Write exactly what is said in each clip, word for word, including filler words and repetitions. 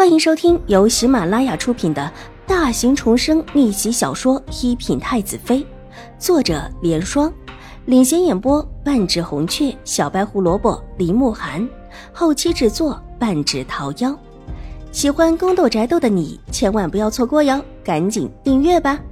欢迎收听由喜马拉雅出品的大型重生逆袭小说《一品太子妃》，作者莲霜，领衔演播半指红雀、小白胡萝卜、林慕寒，后期制作半指桃夭。喜欢宫斗宅斗的你千万不要错过哟，赶紧订阅吧。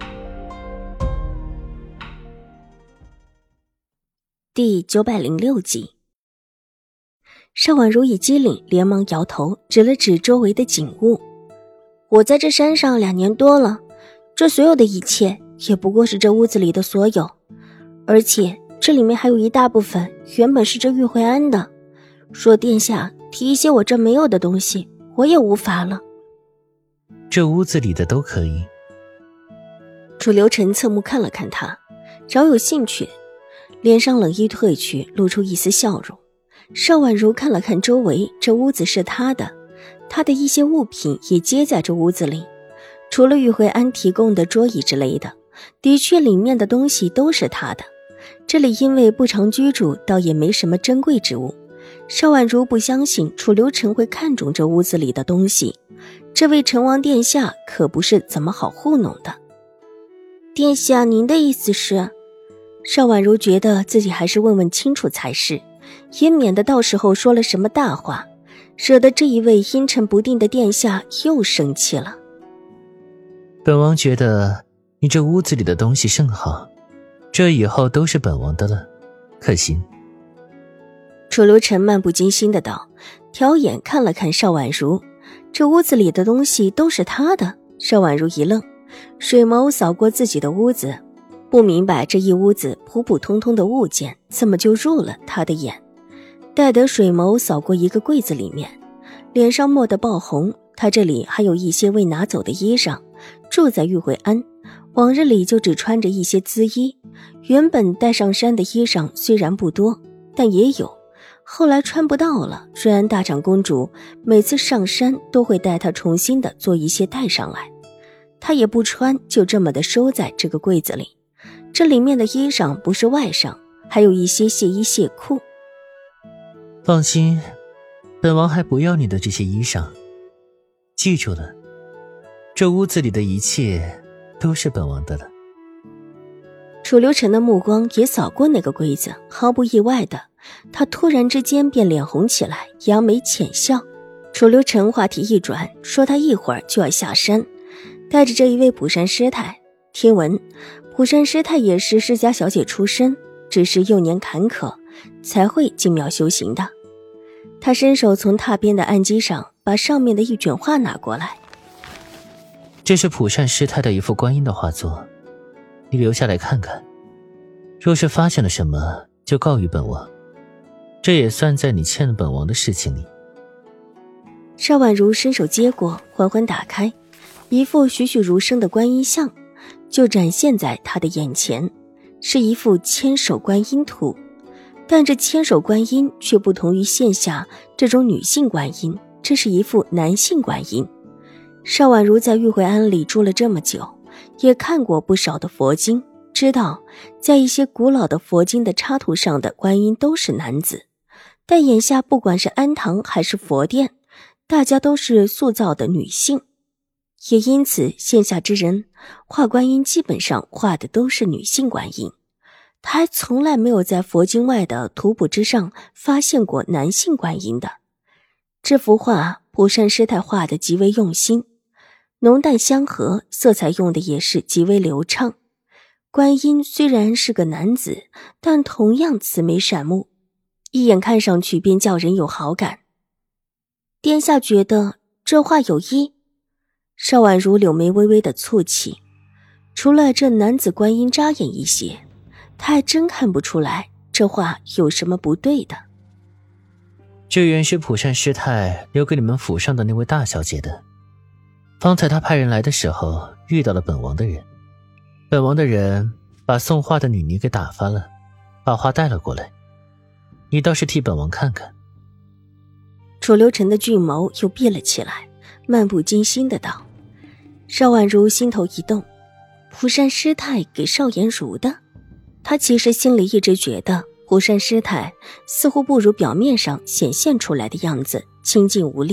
第九百零六集。邵婉如一机灵，连忙摇头，指了指周围的景物。我在这山上两年多了，这所有的一切也不过是这屋子里的所有，而且这里面还有一大部分原本是这玉慧安的。说殿下提一些我这没有的东西，我也无法了。 这屋子里的都可以。 楚留臣侧目看了看他，饶有兴趣，脸上冷意褪去，露出一丝笑容。邵婉如看了看周围，这屋子是他的，他的一些物品也接在这屋子里，除了玉慧安提供的桌椅之类的，的确里面的东西都是他的。这里因为不常居住，倒也没什么珍贵之物。邵婉如不相信楚留臣会看中这屋子里的东西，这位成王殿下可不是怎么好糊弄的。殿下，您的意思是？邵婉如觉得自己还是问问清楚才是，也免得到时候说了什么大话，惹得这一位阴沉不定的殿下又生气了。 本王觉得你这屋子里的东西甚好，这以后都是本王的了，可行？ 楚留臣漫不经心的道，挑眼看了看邵婉如，这屋子里的东西都是他的。邵婉如一愣，水眸扫过自己的屋子，不明白这一屋子普普通通的物件怎么就入了他的眼。待得水眸扫过一个柜子里面，脸上蓦地爆红，他这里还有一些未拿走的衣裳。住在玉慧安，往日里就只穿着一些缁衣，原本带上山的衣裳虽然不多，但也有，后来穿不到了。瑞安大长公主每次上山都会带她重新的做一些带上来，她也不穿，就这么的收在这个柜子里。这里面的衣裳不是外裳，还有一些亵衣亵裤。 放心，本王还不要你的这些衣裳。记住了，这屋子里的一切都是本王的了。 楚留臣的目光也扫过那个柜子，毫不意外的，他突然之间便脸红起来，扬眉浅笑。楚留臣话题一转，说他一会儿就要下山，带着这一位普善师太。听闻普善师太也是世家小姐出身，只是幼年坎坷，才会进庙修行的。他伸手从榻边的案几上把上面的一卷画拿过来。 这是普善师太的一幅观音的画作，你留下来看看，若是发现了什么就告与本王，这也算在你欠了本王的事情里。 邵婉如伸手接过，缓缓打开，一幅栩栩如生的观音像就展现在他的眼前，是一幅千手观音图。但这千手观音却不同于线下这种女性观音，这是一副男性观音。邵婉如在玉慧庵里住了这么久，也看过不少的佛经，知道在一些古老的佛经的插图上的观音都是男子，但眼下不管是庵堂还是佛殿，大家都是塑造的女性，也因此线下之人画观音基本上画的都是女性观音。他还从来没有在佛经外的图谱之上发现过男性观音的。这幅画普善师太画的极为用心，浓淡相合，色彩用的也是极为流畅。观音虽然是个男子，但同样慈眉善目，一眼看上去便叫人有好感。殿下觉得这画有异？邵婉如柳眉微微的蹙起，除了这男子观音扎眼一些，他还真看不出来这画有什么不对的。 这原是普善师太留给你们府上的那位大小姐的，方才她派人来的时候遇到了本王的人，本王的人把送画的女尼给打发了，把画带了过来，你倒是替本王看看。 楚留臣的俊眸又闭了起来，漫不经心的道。邵婉如心头一动，普善师太给邵颜如的。他其实心里一直觉得普善师太似乎不如表面上显现出来的样子清静无力，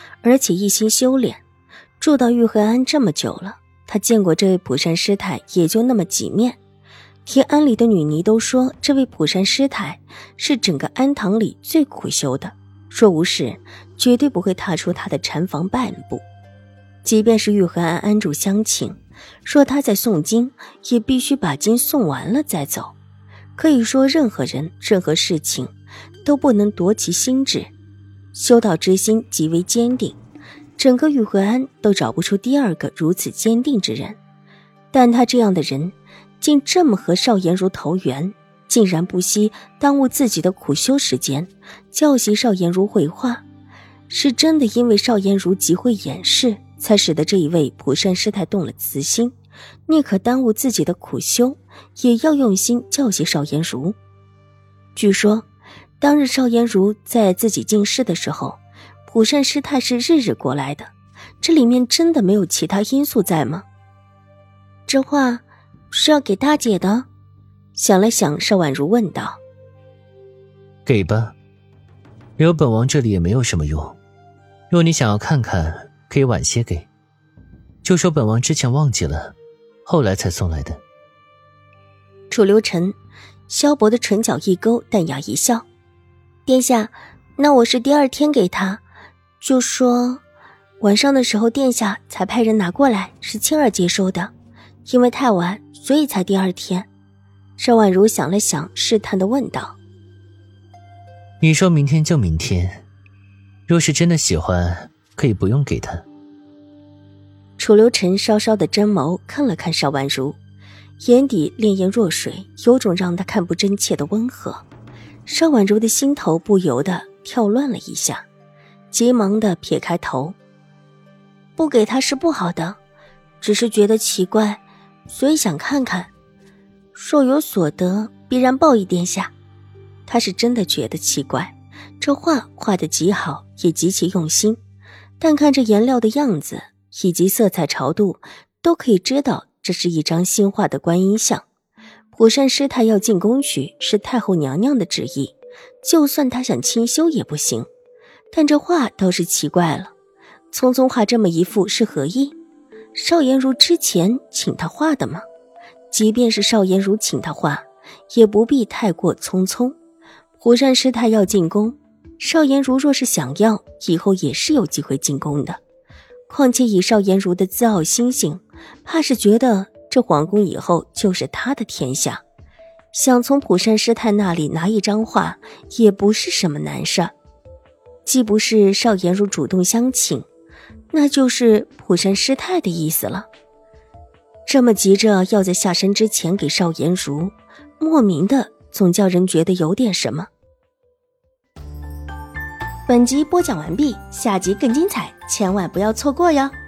而且一心修炼，住到玉和庵这么久了，他见过这位普善师太也就那么几面。连庵里的女尼都说，这位普善师太是整个庵堂里最苦修的，若无事，绝对不会踏出他的禅房半步。即便是玉和庵庵主相请，说他在诵经，也必须把经诵完了再走。可以说，任何人、任何事情都不能夺其心智。修道之心极为坚定，整个玉和庵都找不出第二个如此坚定之人。但他这样的人，竟这么和邵颜如投缘，竟然不惜耽误自己的苦修时间，教习邵颜如绘画。是真的因为邵颜如极会掩饰，才使得这一位普善师太动了慈心，宁可耽误自己的苦修，也要用心教习邵颜如。据说当日邵颜如在自己进师的时候，普善师太是日日过来的，这里面真的没有其他因素在吗？这话是要给大姐的？想了想，邵婉如问道。 给吧，留本王这里也没有什么用，若你想要看看，可以晚些给，就说本王之前忘记了，后来才送来的。 楚留臣萧伯的唇角一勾，淡雅一笑。殿下，那我是第二天给他，就说晚上的时候殿下才派人拿过来，是青儿接收的，因为太晚，所以才第二天。邵婉如想了想，试探地问道。 你说明天就明天，若是真的喜欢，可以不用给他。 楚留臣稍稍的睁眸看了看邵婉如，眼底潋滟若水，有种让他看不真切的温和。邵婉如的心头不由得跳乱了一下，急忙地撇开头。不给他是不好的，只是觉得奇怪，所以想看看，若有所得，必然报以殿下。他是真的觉得奇怪，这画画得极好，也极其用心，但看这颜料的样子以及色彩潮度，都可以知道这是一张新画的观音像。普善师太要进宫去，是太后娘娘的旨意，就算他想清修也不行。但这画倒是奇怪了，匆匆画这么一幅是何意？邵颜如之前请他画的吗？即便是邵颜如请他画，也不必太过匆匆。普善师太要进宫，邵颜如若是想要，以后也是有机会进宫的。况且以邵颜如的自傲心性，怕是觉得这皇宫以后就是他的天下，想从普善师太那里拿一张画，也不是什么难事。既不是邵颜如主动相请，那就是普善师太的意思了。这么急着要在下山之前给邵颜如，莫名的总叫人觉得有点什么。本集播讲完毕，下集更精彩，千万不要错过哟。